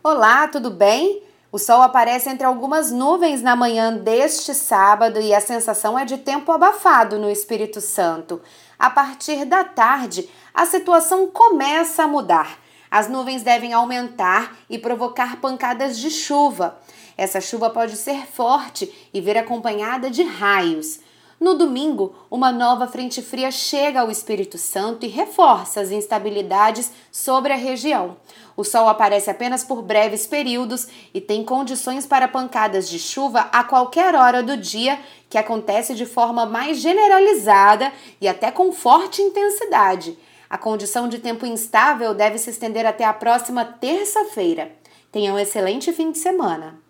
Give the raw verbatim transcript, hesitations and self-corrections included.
Olá, tudo bem? O sol aparece entre algumas nuvens na manhã deste sábado e a sensação é de tempo abafado no Espírito Santo. A partir da tarde, a situação começa a mudar. As nuvens devem aumentar e provocar pancadas de chuva. Essa chuva pode ser forte e vir acompanhada de raios. No domingo, uma nova frente fria chega ao Espírito Santo e reforça as instabilidades sobre a região. O sol aparece apenas por breves períodos e tem condições para pancadas de chuva a qualquer hora do dia, que acontece de forma mais generalizada e até com forte intensidade. A condição de tempo instável deve se estender até a próxima terça-feira. Tenha um excelente fim de semana.